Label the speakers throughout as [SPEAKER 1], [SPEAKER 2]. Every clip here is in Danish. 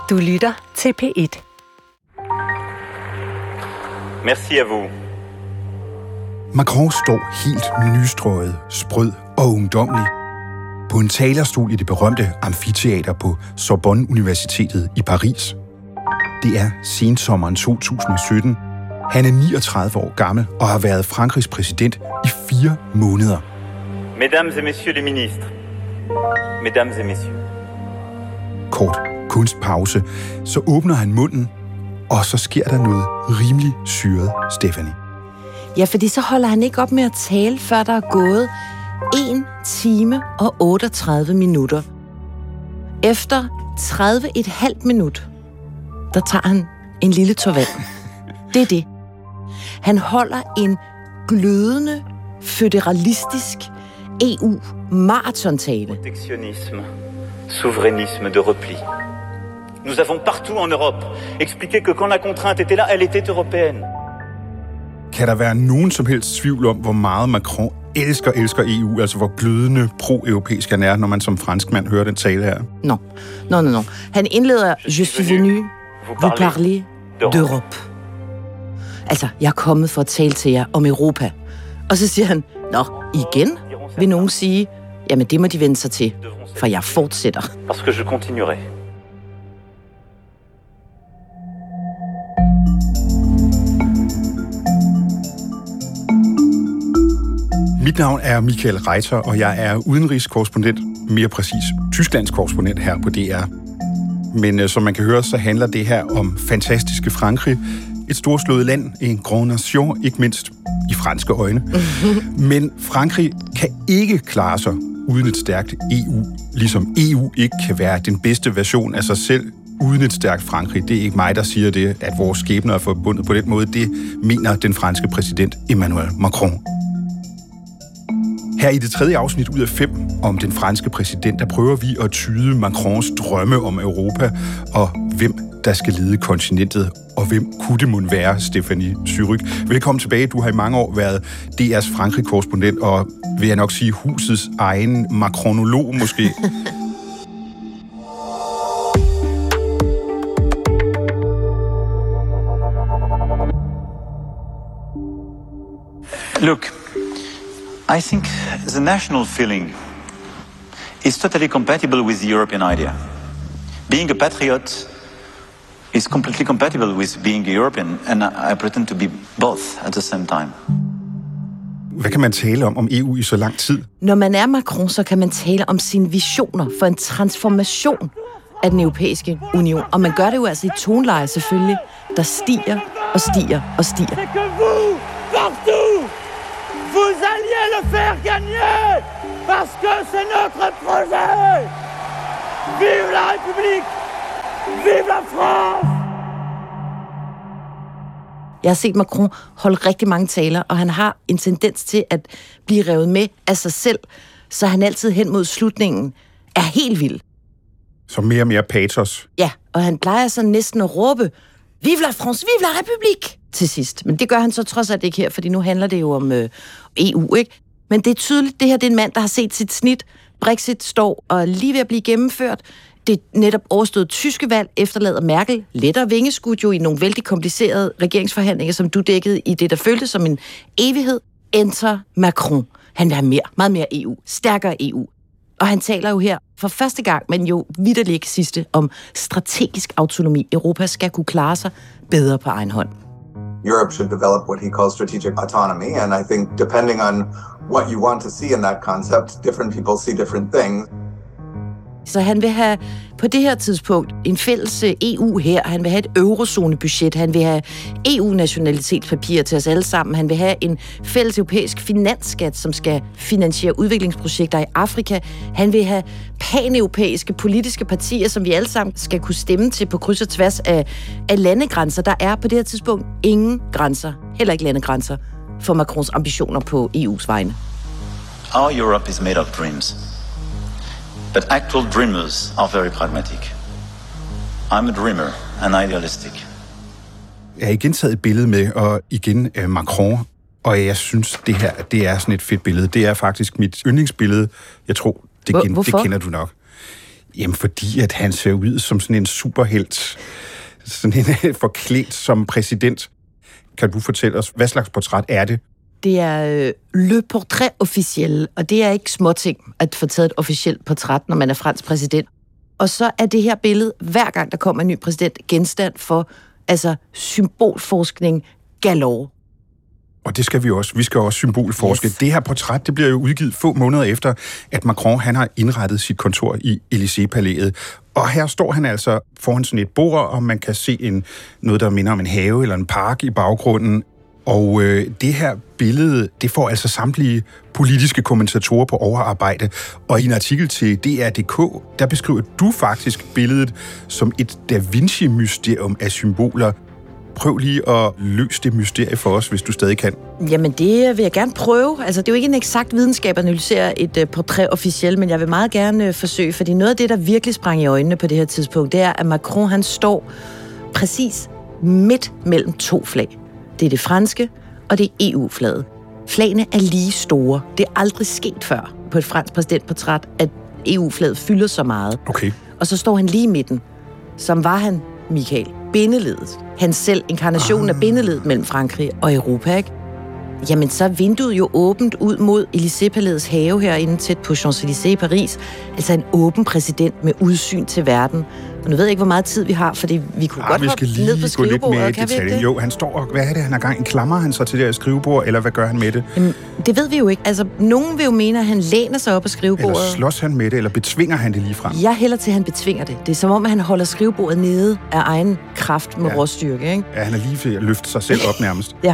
[SPEAKER 1] Du lytter til P1.
[SPEAKER 2] Merci à vous.
[SPEAKER 3] Macron står helt nystrøget, sprød og ungdommelig på en talerstol i det berømte amfiteater på Sorbonne Universitetet i Paris. Det er sensommeren 2017. Han er 39 år gammel og har været Frankrigs præsident i 4 måneder.
[SPEAKER 2] Mesdames et messieurs les ministres. Mesdames et messieurs.
[SPEAKER 3] Kort kunstpause, så åbner han munden, og så sker der noget rimelig syret, Stephanie.
[SPEAKER 4] Ja, fordi så holder han ikke op med at tale, før der er gået 1 time og 38 minutter. Efter 30,5 minut, der tager han en lille tår vand. Det er det. Han holder en glødende, føderalistisk EU-maratontale.
[SPEAKER 2] Protectionnisme, souverainisme de repli. Nous avons partout en Europe expliqué que quand la contrainte était là, elle était européenne.
[SPEAKER 3] Kan der være nogen som helst tvivl om, hvor meget Macron elsker EU, altså hvor glødende pro-europæisk han er, når man som franskmand hører den tale her?
[SPEAKER 4] No. Han indleder, je suis venu vous parler d'Europe. Altså, jeg er kommet for at tale til jer om Europa. Og så siger han, igen vil nogen sige, jamen det må de vende sig til, for jeg fortsætter.
[SPEAKER 2] Parce que je continuerai.
[SPEAKER 3] Mit navn er Michael Reiter, og jeg er udenrigskorrespondent, mere præcis Tysklands korrespondent her på DR. Men som man kan høre, så handler det her om fantastiske Frankrig, et storslået land, en grand nation, ikke mindst i franske øjne. Men Frankrig kan ikke klare sig uden et stærkt EU, ligesom EU ikke kan være den bedste version af sig selv uden et stærkt Frankrig. Det er ikke mig, der siger det, at vores skæbner er forbundet på den måde. Det mener den franske præsident Emmanuel Macron. Her i det 3. afsnit ud af 5 om den franske præsident, der prøver vi at tyde Macrons drømme om Europa, og hvem der skal lede kontinentet, og hvem kunne det mon være, Stephanie Surrugue. Velkommen tilbage. Du har i mange år været DR's Frankrig-korrespondent, og vil jeg nok sige husets egen macronolog måske.
[SPEAKER 5] Look, I think the national feeling is totally compatible with the European idea. Being a patriot is completely compatible with being a European, and I pretend to be both at the same time.
[SPEAKER 3] Hvad kan man tale om EU i så lang tid?
[SPEAKER 4] Når man er Macron, så kan man tale om sine visioner for en transformation af den europæiske union. Og man gør det jo altså i toneleje selvfølgelig, der stiger og stiger og stiger.
[SPEAKER 6] Vous alliez le faire gagner, parce que c'est notre projet. Vive la République! Vive la France!
[SPEAKER 4] Jeg har set Macron holde rigtig mange taler, og han har en tendens til at blive revet med af sig selv, så han altid hen mod slutningen er helt vild.
[SPEAKER 3] Så mere og mere patos.
[SPEAKER 4] Ja, og han plejer så næsten at råbe, Vive la France, vive la République! Til sidst. Men det gør han så trods alt ikke her, fordi nu handler det jo om EU, ikke? Men det er tydeligt, det her det er en mand, der har set sit snit. Brexit står og lige ved at blive gennemført. Det netop overstået tyske valg efterlader Merkel lettere vingeskud jo i nogle vældig komplicerede regeringsforhandlinger, som du dækkede i det, der føltes som en evighed. Enter Macron. Han vil have mere, meget mere EU. Stærkere EU. Og han taler jo her for første gang, men jo vitterligt ikke sidste, om strategisk autonomi. Europa skal kunne klare sig bedre på egen hånd.
[SPEAKER 7] Europe should develop what he calls strategic autonomy, and I think depending on what you want to see in that concept, different people see different things.
[SPEAKER 4] Så han vil have på det her tidspunkt en fælles EU her, han vil have et eurozonebudget, han vil have EU-nationalitetspapirer til os alle sammen, han vil have en fælles europæisk finansskat, som skal finansiere udviklingsprojekter i Afrika, han vil have paneuropæiske politiske partier, som vi alle sammen skal kunne stemme til på kryds og tværs af landegrænser. Der er på det her tidspunkt ingen grænser, heller ikke landegrænser, for Macrons ambitioner på EU's vegne.
[SPEAKER 5] Our Europe is made of dreams. But actual dreamers are very pragmatic. I'm a dreamer and idealistic.
[SPEAKER 3] Jeg har igen taget et billede med, og igen Macron, og jeg synes, det her det er sådan et fedt billede. Det er faktisk mit yndlingsbillede. Jeg tror, det kender du nok. Jamen, fordi at han ser ud som sådan en superhelt, sådan en forklædt som præsident. Kan du fortælle os, hvad slags portræt er det?
[SPEAKER 4] Det er le portrait officiel, og det er ikke småting at få taget et officielt portræt, når man er fransk præsident. Og så er det her billede, hver gang der kommer en ny præsident, genstand for symbolforskning galore.
[SPEAKER 3] Og det skal vi også. Vi skal også symbolforske.
[SPEAKER 4] Yes.
[SPEAKER 3] Det her portræt, det bliver jo udgivet få måneder efter, at Macron han har indrettet sit kontor i Élysée-palæet. Og her står han altså foran sådan et bord, og man kan se noget, der minder om en have eller en park i baggrunden. Og det her billede, det får altså samtlige politiske kommentatorer på overarbejde. Og i en artikel til DR.dk, der beskriver du faktisk billedet som et Da Vinci-mysterium af symboler. Prøv lige at løse det mysterie for os, hvis du stadig kan.
[SPEAKER 4] Jamen, det vil jeg gerne prøve. Altså, det er jo ikke en eksakt videnskab at analysere et portræt officielt, men jeg vil meget gerne forsøge, fordi noget af det, der virkelig sprang i øjnene på det her tidspunkt, det er, at Macron, han står præcis midt mellem to flag. Det er det franske, og det er EU-flaget. Flagene er lige store. Det er aldrig sket før på et fransk præsidentportræt, at EU-flaget fylder så meget.
[SPEAKER 3] Okay.
[SPEAKER 4] Og så står han lige i midten, som var han, Michael, bindeledet. Han selv, inkarnationen af bindeledet mellem Frankrig og Europa, ikke? Jamen, så er vinduet jo åbent ud mod Élysée-palæets have herinde tæt på Champs-Élysées i Paris. Altså en åben præsident med udsyn til verden. Og nu ved jeg ikke, hvor meget tid vi har, fordi vi kunne godt hoppe ned på skrivebordet.
[SPEAKER 3] Kan vi ikke det? Jo, han står og... Hvad er det, han har gang i? Klamrer han så til det her skrivebord, eller hvad gør han med det?
[SPEAKER 4] Jamen, det ved vi jo ikke. Altså, nogen vil jo mene, at han læner sig op af skrivebordet.
[SPEAKER 3] Eller slås han med det, eller betvinger han det lige frem?
[SPEAKER 4] Jeg hælder til, at han betvinger det. Det er som om, at han holder skrivebordet nede af egen kraft med råstyrke, ikke?
[SPEAKER 3] Ja, han er lige ved at løfte sig selv op nærmest.
[SPEAKER 4] Ja.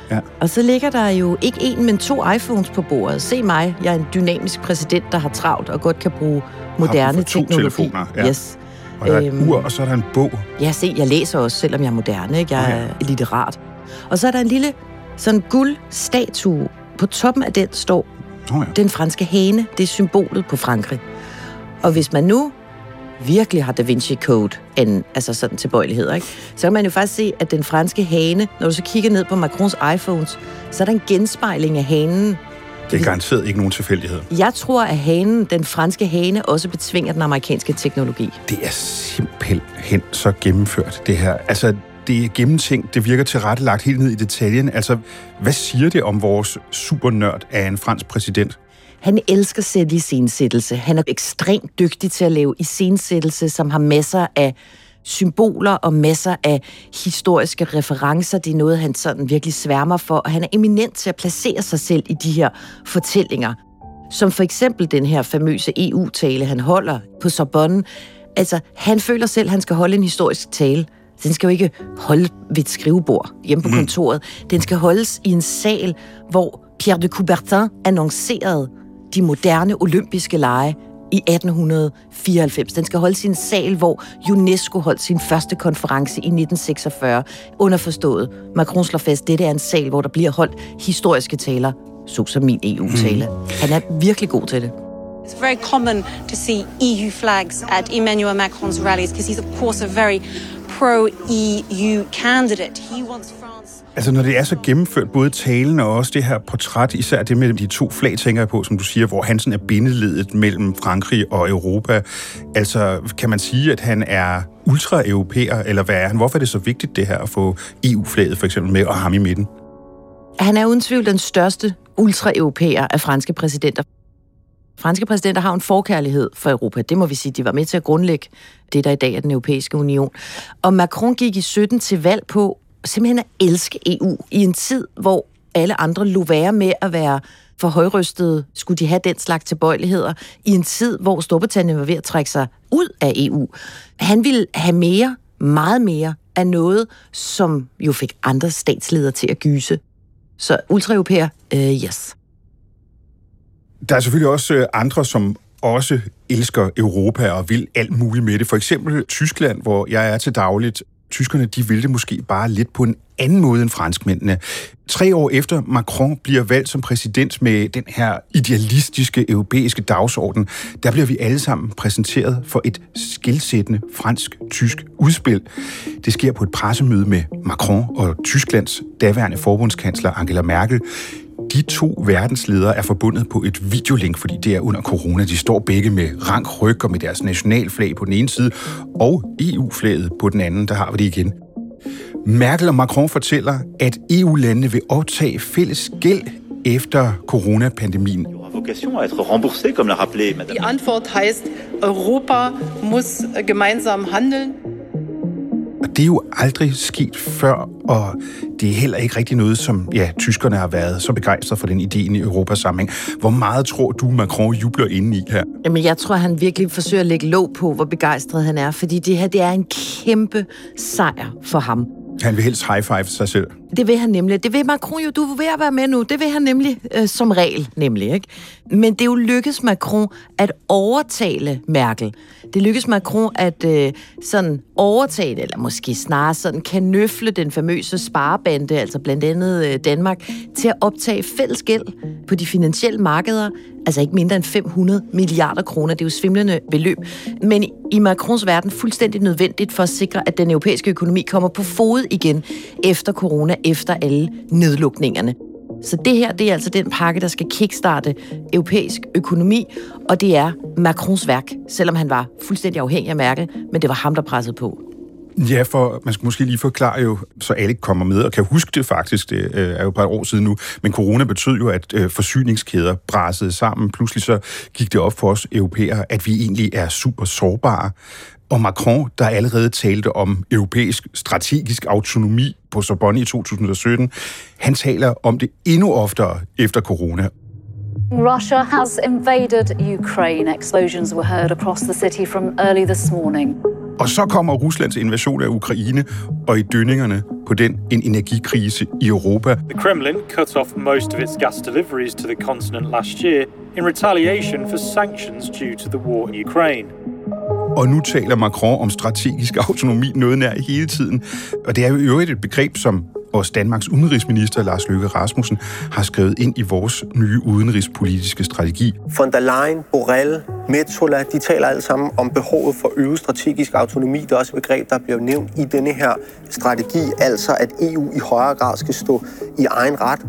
[SPEAKER 4] Og så ligger der jo ikke en, men 2 iPhones på bordet. Se mig, jeg er en dynamisk præsident, der har travlt og godt kan bruge moderne teknologi. Yes.
[SPEAKER 3] Og der er et ur, og så er der en bog.
[SPEAKER 4] Ja, se, jeg læser også, selvom jeg er moderne, ikke? Jeg er litterat. Og så er der en lille sådan guldstatue. På toppen af den står den franske hane. Det er symbolet på Frankrig. Og hvis man nu virkelig har Da Vinci Code, altså sådan tilbøjeligheder, ikke? Så kan man jo faktisk se, at den franske hane, når du så kigger ned på Macrons iPhones, så er der en genspejling af hanen.
[SPEAKER 3] Det er garanteret ikke nogen tilfældighed.
[SPEAKER 4] Jeg tror, at hanen, den franske hane, også betvinger den amerikanske teknologi.
[SPEAKER 3] Det er simpelthen så gennemført, det her. Altså, det er gennemtænkt, det virker tilrettelagt helt ned i detaljen. Altså, hvad siger det om vores supernørd af en fransk præsident?
[SPEAKER 4] Han elsker selv iscenesættelse. Han er ekstremt dygtig til at lave iscenesættelse, som har masser af symboler og masser af historiske referencer. Det er noget, han sådan virkelig sværmer for, og han er eminent til at placere sig selv i de her fortællinger. Som for eksempel den her famøse EU-tale, han holder på Sorbonne. Altså, han føler selv, at han skal holde en historisk tale. Den skal jo ikke holde ved et skrivebord hjemme på kontoret. Den skal holdes i en sal, hvor Pierre de Coubertin annoncerede de moderne olympiske lege i 1894. Den skal holdes i en sal, hvor UNESCO holdt sin første konference i 1946. Underforstået. Macron slår fast, dette er en sal, hvor der bliver holdt historiske taler, såsom min EU-tale. Han er virkelig god til det.
[SPEAKER 1] It's very common to see EU flags at Emmanuel Macron's rallies, because he's of course a very pro-EU candidate. He wants France.
[SPEAKER 3] Altså, når det er så gennemført, både talen og også det her portræt, især det med de 2 flag, tænker jeg på, som du siger, hvor Hansen er bindeledet mellem Frankrig og Europa. Altså, kan man sige, at han er ultra-europæer, eller hvad er han? Hvorfor er det så vigtigt, det her, at få EU-flaget for eksempel med, og ham i midten?
[SPEAKER 4] Han er uden tvivl den største ultra-europæer af franske præsidenter. Franske præsidenter har en forkærlighed for Europa. Det må vi sige, de var med til at grundlægge det, der i dag er den europæiske union. Og Macron gik i 17 til valg på simpelthen at elske EU i en tid, hvor alle andre lod være med at være for højrystede. Skulle de have den slags tilbøjeligheder i en tid, hvor Storbritannien var ved at trække sig ud af EU. Han ville have mere, meget mere af noget, som jo fik andre statsledere til at gyse. Så ultra-europæer, yes.
[SPEAKER 3] Der er selvfølgelig også andre, som også elsker Europa og vil alt muligt med det. For eksempel Tyskland, hvor jeg er til dagligt. Tyskerne, de vil det måske bare lidt på en anden måde end franskmændene. 3 år efter Macron bliver valgt som præsident med den her idealistiske europæiske dagsorden, der bliver vi alle sammen præsenteret for et skelsættende fransk-tysk udspil. Det sker på et pressemøde med Macron og Tysklands daværende forbundskansler Angela Merkel. De to verdensledere er forbundet på et videolink, fordi det er under corona. De står begge med rank ryg og med deres nationalflag på den ene side, og EU-flaget på den anden. Der har vi det igen. Merkel og Macron fortæller, at EU-landene vil optage fælles gæld efter coronapandemien.
[SPEAKER 8] Die Antwort heißt, Europa muss gemeinsam handeln.
[SPEAKER 3] Og det er jo aldrig sket før, og det er heller ikke rigtig noget, som tyskerne har været så begejstret for den idé i Europasammenhæng. Hvor meget tror du, Macron jubler inde i her?
[SPEAKER 4] Jamen, jeg tror, han virkelig forsøger at lægge låg på, hvor begejstret han er, fordi det her, det er en kæmpe sejr for ham.
[SPEAKER 3] Han vil helst high-five sig selv.
[SPEAKER 4] Det vil han nemlig. Det vil Macron jo, du er ved at være med nu. Det vil han nemlig som regel, nemlig, ikke? Men det er jo lykkedes Macron at overtale Merkel. Det lykkedes Macron at sådan overtale, eller måske snarere sådan kanøfle den famøse sparebande, altså blandt andet Danmark, til at optage fælles gæld på de finansielle markeder, altså ikke mindre end 500 milliarder kroner. Det er jo svimlende beløb. Men i Macrons verden fuldstændig nødvendigt for at sikre, at den europæiske økonomi kommer på fod igen efter corona, efter alle nedlukningerne. Så det her, det er altså den pakke, der skal kickstarte europæisk økonomi, og det er Macrons værk, selvom han var fuldstændig afhængig af Merkel, men det var ham, der pressede på.
[SPEAKER 3] Ja, for man skal måske lige forklare jo, så alle kommer med og kan huske det faktisk. Det er jo et par år siden nu. Men corona betød jo, at forsyningskæder brassede sammen. Pludselig så gik det op for os europæere, at vi egentlig er super sårbare. Og Macron, der allerede talte om europæisk strategisk autonomi på Sorbonne i 2017, han taler om det endnu oftere efter corona.
[SPEAKER 9] Russia has invaded Ukraine. Explosions were heard across the city from early this morning.
[SPEAKER 3] Og så kommer Ruslands invasion af Ukraine, og i dønningerne på den en energikrise i Europa.
[SPEAKER 10] The Kremlin cut off most of its gas deliveries to the continent last year in retaliation for sanctions due to the war in Ukraine.
[SPEAKER 3] Og nu taler Macron om strategisk autonomi noget nær hele tiden. Og det er jo i øvrigt et begreb, som også Danmarks udenrigsminister Lars Løkke Rasmussen har skrevet ind i vores nye udenrigspolitiske strategi.
[SPEAKER 11] Von der Leyen, Borrell, Metsola, de taler alle sammen om behovet for øget strategisk autonomi. Det er også et begreb, der bliver nævnt i denne her strategi, altså at EU i højere grad skal stå i egen ret.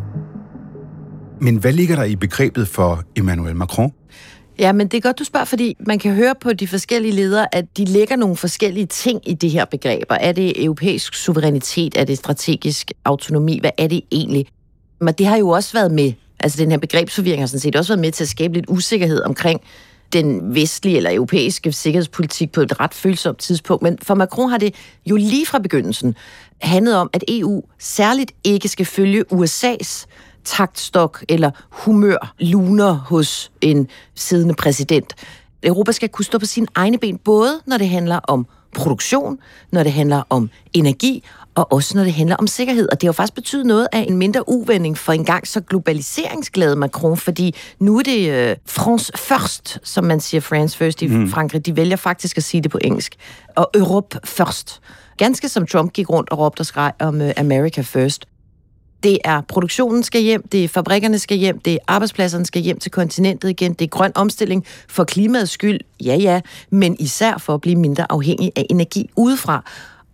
[SPEAKER 3] Men hvad ligger der i begrebet for Emmanuel Macron?
[SPEAKER 4] Ja, men det er godt, du spørger, fordi man kan høre på de forskellige ledere, at de lægger nogle forskellige ting i det her begreber. Er det europæisk suverænitet? Er det strategisk autonomi? Hvad er det egentlig? Men det har jo også været med, altså den her begrebsforvirring har sådan set også været med til at skabe lidt usikkerhed omkring den vestlige eller europæiske sikkerhedspolitik på et ret følsomt tidspunkt. Men for Macron har det jo lige fra begyndelsen handlet om, at EU særligt ikke skal følge USA's taktstok eller humørluner hos en siddende præsident. Europa skal kunne stå på sine egne ben, både når det handler om produktion, når det handler om energi, og også når det handler om sikkerhed. Og det har jo faktisk betydet noget af en mindre uvending for engang så globaliseringsglade Macron, fordi nu er det France first, som man siger France first i Frankrig. De vælger faktisk at sige det på engelsk. Og Europe first. Ganske som Trump gik rundt og råbte og skreg om America first. Det er produktionen skal hjem, det er fabrikkerne skal hjem, det er arbejdspladserne skal hjem til kontinentet igen, det er grøn omstilling for klimaets skyld, ja, men især for at blive mindre afhængig af energi udefra.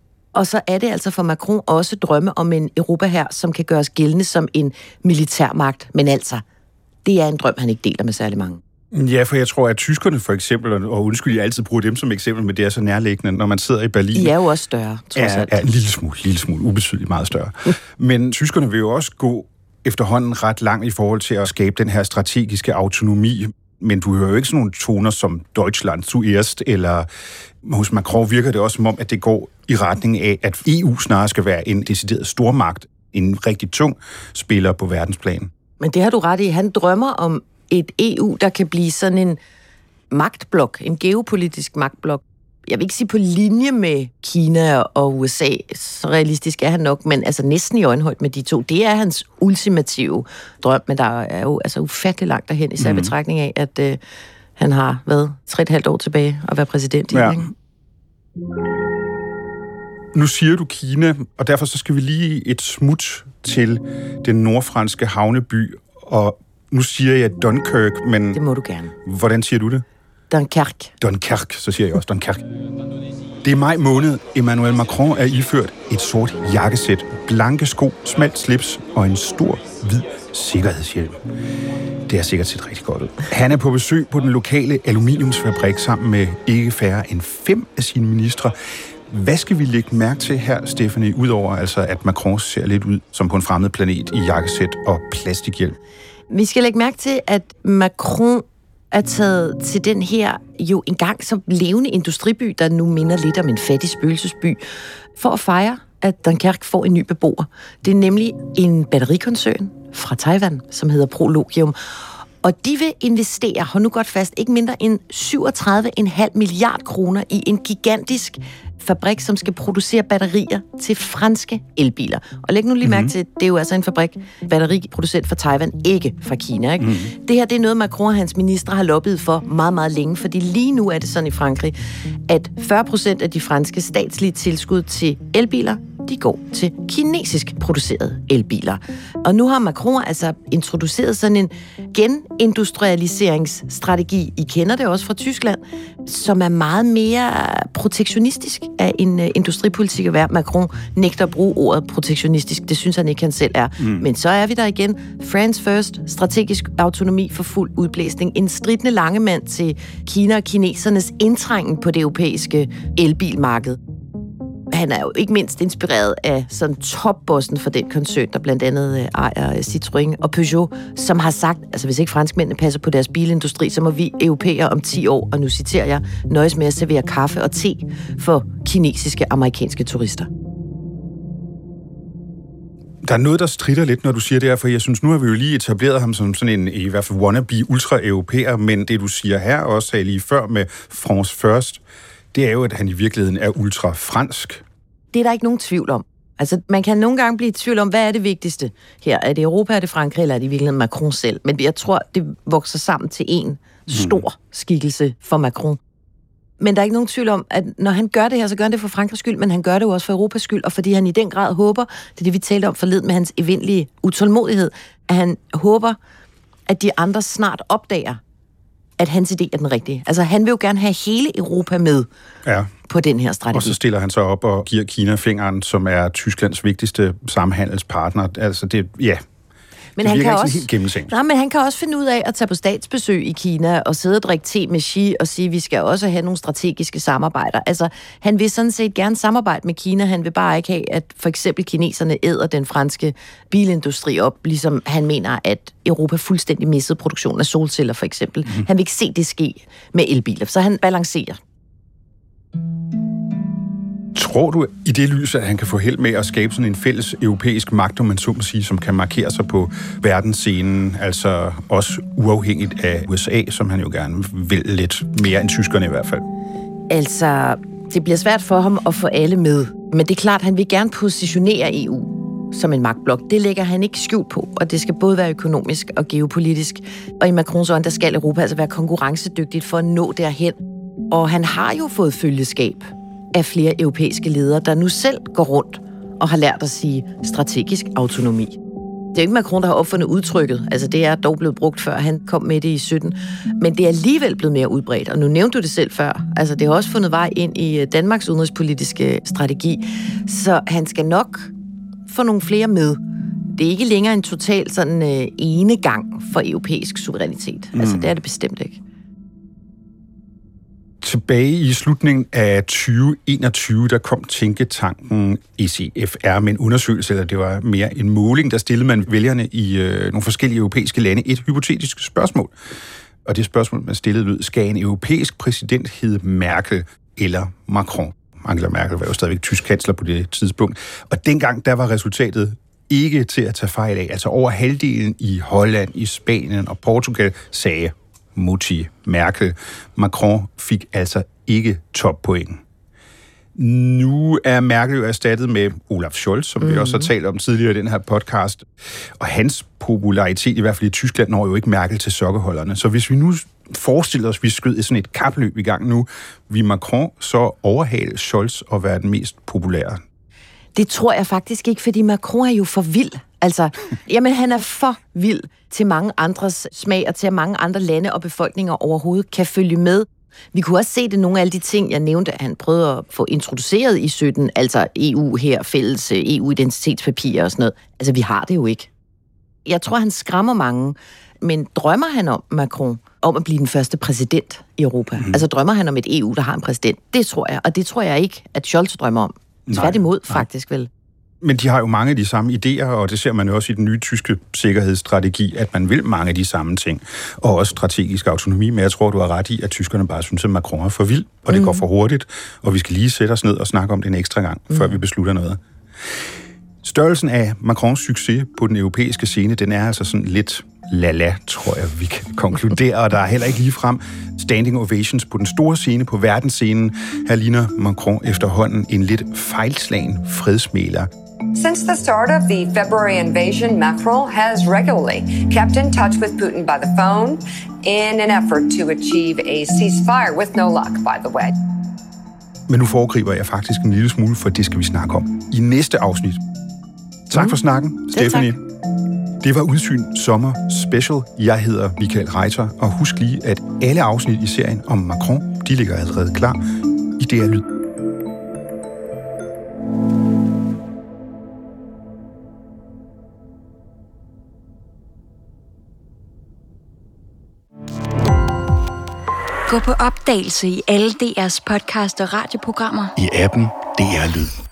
[SPEAKER 4] Og så er det altså for Macron også drømme om en Europa her, som kan gøres gældende som en militærmagt. Men altså, det er en drøm, han ikke deler med særlig mange.
[SPEAKER 3] Ja, for jeg tror, at tyskerne for eksempel, og undskyld, jeg altid bruger dem som eksempel, men det er så nærliggende, når man sidder i Berlin.
[SPEAKER 4] De er jo også større, trods alt.
[SPEAKER 3] Ja, en lille smule, ubetydeligt meget større. Men tyskerne vil jo også gå efterhånden ret langt i forhold til at skabe den her strategiske autonomi. Men du hører jo ikke sådan nogle toner som Deutschland zuerst, eller hos Macron virker det også som om, at det går i retning af, at EU snarere skal være en decideret stormagt, en rigtig tung spiller på verdensplan.
[SPEAKER 4] Men det har du ret i. Han drømmer om et EU, der kan blive sådan en magtblok, en geopolitisk magtblok. Jeg vil ikke sige på linje med Kina og USA, så realistisk er han nok, men altså næsten i øjenhøjde med de to. Det er hans ultimative drøm, men der er jo altså ufattelig langt derhen, især betragtning af, at han har været 3,5 år tilbage at være præsident i.
[SPEAKER 3] Ja. Nu siger du Kina, og derfor så skal vi lige et smut til den nordfranske havneby, og nu siger jeg Dunkirk, men...
[SPEAKER 4] Det må du gerne.
[SPEAKER 3] Hvordan siger du det? Dunkirk, så siger jeg også Dunkirk. Det er maj måned. Emmanuel Macron er iført et sort jakkesæt, blanke sko, smalt slips og en stor, hvid sikkerhedshjelm. Det har sikkert set rigtig godt ud. Han er på besøg på den lokale aluminiumsfabrik sammen med ikke færre end 5 af sine ministre. Hvad skal vi lægge mærke til her, Stephanie, udover altså, at Macron ser lidt ud som på en fremmed planet i jakkesæt og plastikhjelm?
[SPEAKER 4] Vi skal lægge mærke til, at Macron er taget til den her jo engang som levende industriby, der nu minder lidt om en fattig spøgelsesby, for at fejre, at Dunkerque får en ny beboer. Det er nemlig en batterikoncern fra Taiwan, som hedder Prologium. Og de vil investere, hold nu godt fast, ikke mindre end 37,5 milliard kroner i en gigantisk fabrik, som skal producere batterier til franske elbiler. Og læg nu lige mærke til, det er jo altså en fabrik, batteriproducent fra Taiwan, ikke fra Kina. Ikke? Det her, det er noget, Macron og hans ministre har lobbyet for meget, meget længe, fordi lige nu er det sådan i Frankrig, at 40% af de franske statslige tilskud til elbiler, de går til kinesisk producerede elbiler. Og nu har Macron altså introduceret sådan en genindustrialiseringsstrategi, I kender det også fra Tyskland, som er meget mere protektionistisk af en industripolitik at være. Macron nægter at bruge ordet protektionistisk, det synes han ikke, han selv er. Men så er vi der igen. France first, strategisk autonomi for fuld udblæsning. En stridende langemand til Kina og kinesernes indtrængen på det europæiske elbilmarked. Han er jo ikke mindst inspireret af sådan topbossen for den koncern, der blandt andet ejer Citroën og Peugeot, som har sagt, altså hvis ikke franskmændene passer på deres bilindustri, så må vi europæere om 10 år, og nu citerer jeg, nøjes med at servere kaffe og te for kinesiske amerikanske turister.
[SPEAKER 3] Der er noget, der stritter lidt, når du siger det her, for jeg synes, nu har vi jo lige etableret ham som sådan en, i hvert fald wannabe ultra-europæer, men det du siger her også, sagde lige før med France First, det er jo, at han i virkeligheden er ultra-fransk.
[SPEAKER 4] Det er der ikke nogen tvivl om. Altså, man kan nogle gange blive i tvivl om, hvad er det vigtigste her? Er det Europa, er det Frankrig, eller er det i virkeligheden Macron selv? Men jeg tror, det vokser sammen til en stor skikkelse for Macron. Men der er ikke nogen tvivl om, at når han gør det her, så gør han det for Frankrigs skyld, men han gør det jo også for Europas skyld, og fordi han i den grad håber, det er det, vi talte om forleden med hans evindelige utålmodighed, at han håber, at de andre snart opdager, at hans idé er den rigtige. Altså, han vil jo gerne have hele Europa med på den her strategi.
[SPEAKER 3] Og så stiller han sig op og giver Kina fingeren, som er Tysklands vigtigste samhandelspartner. Altså, det,
[SPEAKER 4] men
[SPEAKER 3] det
[SPEAKER 4] han kan
[SPEAKER 3] også helt gennemtænkt.
[SPEAKER 4] Nej, men han kan også finde ud af at tage på statsbesøg i Kina og sidde og drikke te med Xi og sige, at vi skal også have nogle strategiske samarbejder. Altså, han vil sådan set gerne samarbejde med Kina. Han vil bare ikke have, at for eksempel kineserne æder den franske bilindustri op, ligesom han mener, at Europa fuldstændig missede produktionen af solceller, for eksempel. Han vil ikke se det ske med elbiler, så han balancerer.
[SPEAKER 3] Tror du i det lys, at han kan få held med at skabe sådan en fælles europæisk magt, om man så må sige, som kan markere sig på verdensscenen, altså også uafhængigt af USA, som han jo gerne vil lidt mere end tyskerne i hvert fald?
[SPEAKER 4] Altså, det bliver svært for ham at få alle med, men det er klart, at han vil gerne positionere EU som en magtblok. Det lægger han ikke skjult på, og det skal både være økonomisk og geopolitisk. Og i Macrons øjne, der skal Europa altså være konkurrencedygtigt for at nå derhen. Og han har jo fået følgeskab af flere europæiske ledere, der nu selv går rundt og har lært at sige strategisk autonomi. Det er jo ikke Macron, der har opfundet udtrykket. Altså, det er dog blevet brugt før, han kom med det i 17. Men det er alligevel blevet mere udbredt, og nu nævnte du det selv før. Altså, det har også fundet vej ind i Danmarks udenrigspolitiske strategi, så han skal nok få nogle flere med. Det er ikke længere en total sådan enegang for europæisk suverænitet. Altså, det er det bestemt ikke.
[SPEAKER 3] Tilbage i slutningen af 2021, der kom tænketanken ECFR med en undersøgelse, eller det var mere en måling, der stillede man vælgerne i nogle forskellige europæiske lande et hypotetisk spørgsmål. Og det spørgsmål, man stillede lød, skal en europæisk præsident hedde Merkel eller Macron? Angela Merkel var jo stadigvæk tysk kansler på det tidspunkt. Og dengang, der var resultatet ikke til at tage fejl af. Altså over halvdelen i Holland, i Spanien og Portugal sagde Mutti Merkel. Macron fik altså ikke toppoint. Nu er Merkel jo erstattet med Olaf Scholz, som vi også har talt om tidligere i den her podcast. Og hans popularitet, i hvert fald i Tyskland, når jo ikke Merkel til sokkeholderne. Så hvis vi nu forestiller os, at vi skød sådan et kapløb i gang nu, vil Macron så overhale Scholz og være den mest populære?
[SPEAKER 4] Det tror jeg faktisk ikke, fordi Macron er jo for vild. Altså, jamen han er for vild til mange andres smag, og til at mange andre lande og befolkninger overhovedet kan følge med. Vi kunne også se det nogle af alle de ting, jeg nævnte, at han prøvede at få introduceret i 17, altså EU her, fælles EU-identitetspapirer og sådan noget. Altså, vi har det jo ikke. Jeg tror, han skræmmer mange. Men drømmer han om, Macron, om at blive den første præsident i Europa? Altså drømmer han om et EU, der har en præsident? Det tror jeg, og det tror jeg ikke, at Scholz drømmer om. Tværtimod faktisk vel.
[SPEAKER 3] Men de har jo mange af de samme idéer, og det ser man jo også i den nye tyske sikkerhedsstrategi, at man vil mange af de samme ting, og også strategisk autonomi, men jeg tror, du har ret i, at tyskerne bare synes, at Macron er for vild, og det går for hurtigt, og vi skal lige sætte os ned og snakke om det en ekstra gang, før vi beslutter noget. Størrelsen af Macrons succes på den europæiske scene, den er altså sådan lidt lala, tror jeg, vi kan konkludere, og der er heller ikke ligefrem standing ovations på den store scene, på verdensscenen. Her ligner Macron efterhånden en lidt fejlslagen fredsmægler.
[SPEAKER 12] Since the start of the February invasion, Macron has regularly kept in touch with Putin by the phone in an effort to achieve a ceasefire with no luck, by the way.
[SPEAKER 3] Men nu foregriber jeg faktisk en lille smule, for det skal vi snakke om i næste afsnit. Tak for snakken, Stephanie. Det var Udsyn Sommer Special. Jeg hedder Michael Reiter, og husk lige, at alle afsnit i serien om Macron, de ligger allerede klar i DR Lyd.
[SPEAKER 13] Gå på opdagelse i alle DR's podcast og radioprogrammer.
[SPEAKER 14] I appen DR Lyd.